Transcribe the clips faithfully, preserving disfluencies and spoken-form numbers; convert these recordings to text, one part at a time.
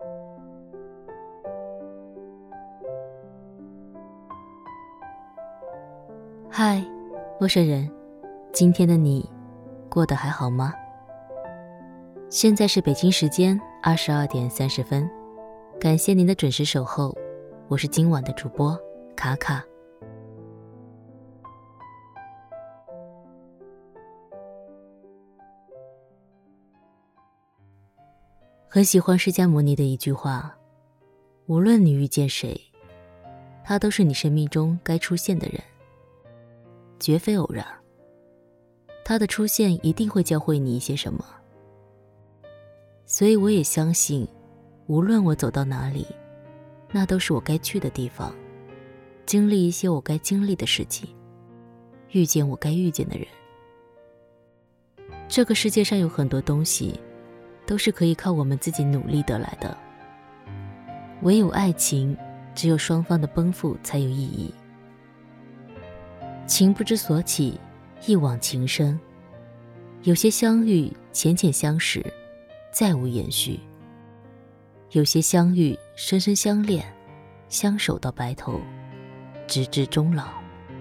嗨，陌生人，今天的你过得还好吗？现在是北京时间二十二点三十分，感谢您的准时守候，我是今晚的主播卡卡。很喜欢释迦牟尼的一句话，无论你遇见谁，他都是你生命中该出现的人，绝非偶然。他的出现一定会教会你一些什么。所以我也相信，无论我走到哪里，那都是我该去的地方，经历一些我该经历的事情，遇见我该遇见的人。这个世界上有很多东西都是可以靠我们自己努力得来的，唯有爱情，只有双方的奔赴才有意义。情不知所起，一往情深。有些相遇浅浅相识，再无延续；有些相遇深深相恋，相守到白头，直至终老。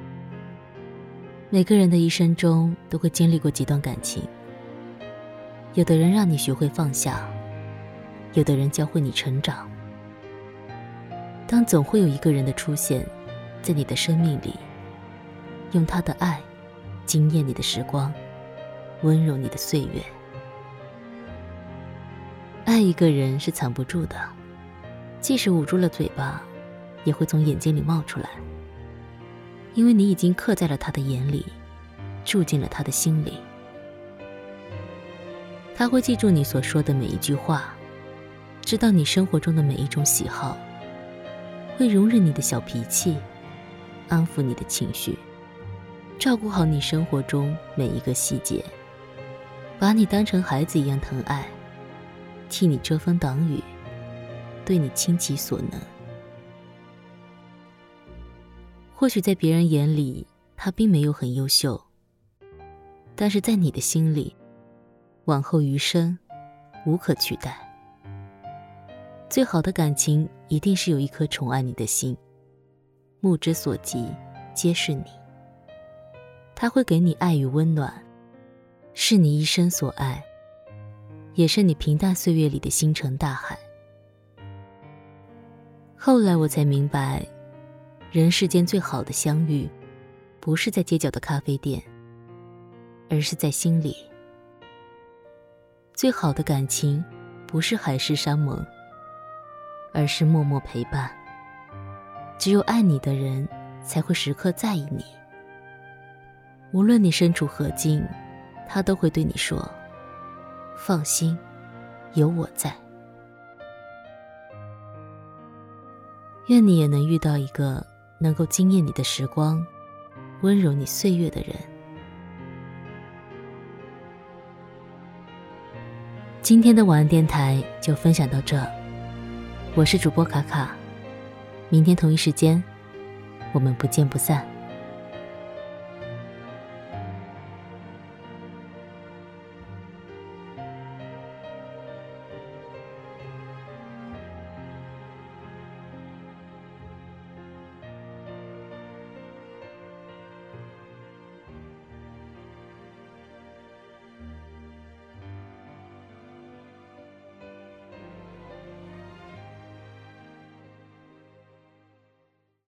每个人的一生中都会经历过几段感情，有的人让你学会放下，有的人教会你成长。当总会有一个人的出现在你的生命里，用他的爱惊艳你的时光，温柔你的岁月。爱一个人是藏不住的，即使捂住了嘴巴，也会从眼睛里冒出来，因为你已经刻在了他的眼里，住进了他的心里。他会记住你所说的每一句话，知道你生活中的每一种喜好，会容忍你的小脾气，安抚你的情绪，照顾好你生活中每一个细节，把你当成孩子一样疼爱，替你遮风挡雨，对你倾其所能。或许在别人眼里他并没有很优秀，但是在你的心里，往后余生无可取代。最好的感情一定是有一颗宠爱你的心，目之所及皆是你。他会给你爱与温暖，是你一生所爱，也是你平淡岁月里的星辰大海。后来我才明白，人世间最好的相遇，不是在街角的咖啡店，而是在心里。最好的感情，不是海誓山盟，而是默默陪伴。只有爱你的人，才会时刻在意你。无论你身处何境，他都会对你说，放心，有我在。愿你也能遇到一个能够惊艳你的时光，温柔你岁月的人。今天的晚安电台就分享到这，我是主播卡卡，明天同一时间，我们不见不散。